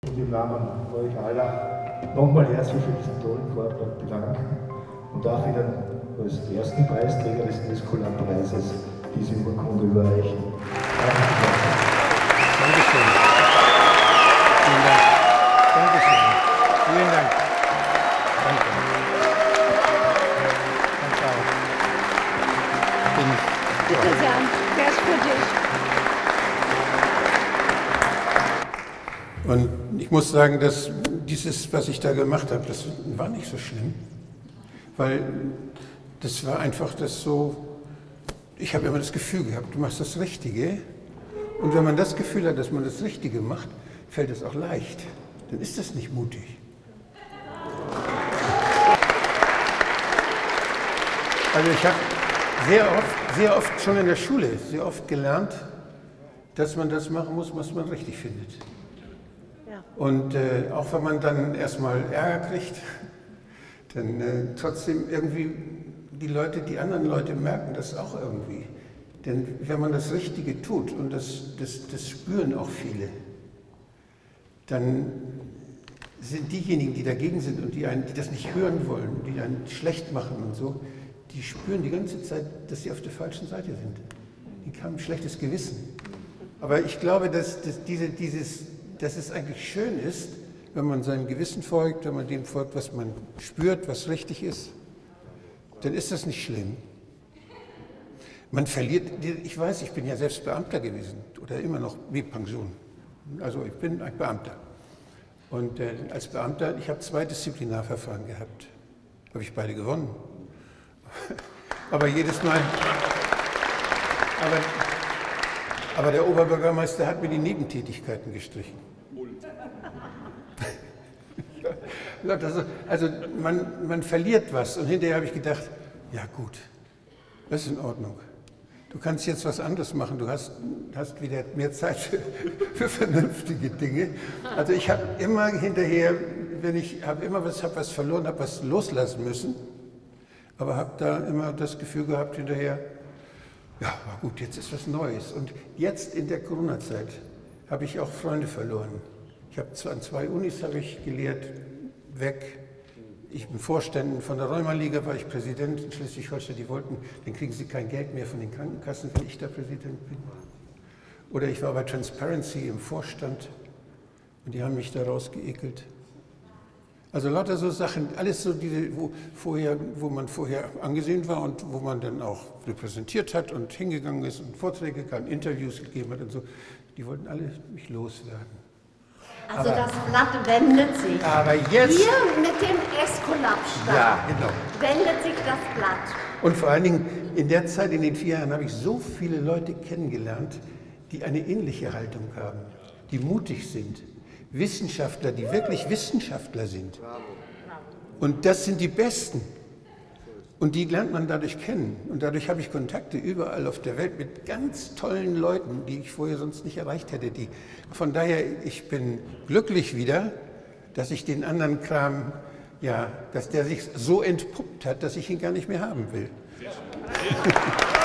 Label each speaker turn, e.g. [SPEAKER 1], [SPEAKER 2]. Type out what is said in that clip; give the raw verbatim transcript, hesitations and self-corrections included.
[SPEAKER 1] Und im Namen euch aller nochmal herzlich für diesen tollen Vortrag bedanken und darf Ihnen als ersten Preisträger des Escola-Preises diese Urkunde überreichen.
[SPEAKER 2] Dankeschön. Vielen Dank. Dankeschön. Vielen Dank. Danke. Danke auch. Bin
[SPEAKER 3] Bitte, Jan, der ist für dich.
[SPEAKER 2] Und ich muss sagen, dass dieses, was ich da gemacht habe, das war nicht so schlimm, weil das war einfach das so, ich habe immer das Gefühl gehabt, du machst das Richtige, und wenn man das Gefühl hat, dass man das Richtige macht, fällt es auch leicht, dann ist das nicht mutig. Also ich habe sehr oft, sehr oft schon in der Schule, sehr oft gelernt, dass man das machen muss, was man richtig findet. Und äh, auch wenn man dann erstmal Ärger kriegt, dann äh, trotzdem irgendwie die Leute, die anderen Leute merken das auch irgendwie. Denn wenn man das Richtige tut, und das, das, das spüren auch viele, dann sind diejenigen, die dagegen sind und die, einen, die das nicht hören wollen, die einen schlecht machen und so, die spüren die ganze Zeit, dass sie auf der falschen Seite sind. Die haben ein schlechtes Gewissen. Aber ich glaube, dass, dass diese, dieses dass es eigentlich schön ist, wenn man seinem Gewissen folgt, wenn man dem folgt, was man spürt, was richtig ist, dann ist das nicht schlimm. Man verliert, ich weiß, ich bin ja selbst Beamter gewesen oder immer noch mit Pension. Also ich bin ein Beamter. Und äh, als Beamter, ich habe zwei Disziplinarverfahren gehabt. Habe ich beide gewonnen. Aber jedes Mal, aber, aber der Oberbürgermeister hat mir die Nebentätigkeiten gestrichen. Also man, man verliert was, und hinterher habe ich gedacht, ja gut, das ist in Ordnung. Du kannst jetzt was anderes machen, du hast, hast wieder mehr Zeit für, für vernünftige Dinge. Also ich habe immer hinterher, wenn ich habe immer was, hab was verloren, habe was loslassen müssen, aber habe da immer das Gefühl gehabt hinterher, ja, war gut, jetzt ist was Neues. Und jetzt in der Corona-Zeit habe ich auch Freunde verloren. Ich habe zwar an zwei Unis habe ich gelehrt, weg. Ich bin Vorständen von der Rheuma-Liga, war ich Präsident in Schleswig-Holstein. Die wollten, dann kriegen sie kein Geld mehr von den Krankenkassen, wenn ich da Präsident bin. Oder ich war bei Transparency im Vorstand und die haben mich da rausgeekelt. Also lauter so Sachen, alles so diese, wo, vorher, wo man vorher angesehen war und wo man dann auch repräsentiert hat und hingegangen ist und Vorträge kann, Interviews gegeben hat und so, die wollten alle mich loswerden.
[SPEAKER 3] Also
[SPEAKER 2] aber,
[SPEAKER 3] das Blatt wendet sich.
[SPEAKER 2] Aber jetzt...
[SPEAKER 3] Hier mit dem Esculap-Stab
[SPEAKER 2] ja, genau.
[SPEAKER 3] wendet sich das Blatt.
[SPEAKER 2] Und vor allen Dingen in der Zeit, in den vier Jahren, habe ich so viele Leute kennengelernt, die eine ähnliche Haltung haben, die mutig sind. Wissenschaftler, die wirklich Wissenschaftler sind. Und das sind die Besten. Und die lernt man dadurch kennen. Und dadurch habe ich Kontakte überall auf der Welt mit ganz tollen Leuten, die ich vorher sonst nicht erreicht hätte. Die, von daher, ich bin glücklich wieder, dass ich den anderen Kram, ja, dass der sich so entpuppt hat, dass ich ihn gar nicht mehr haben will.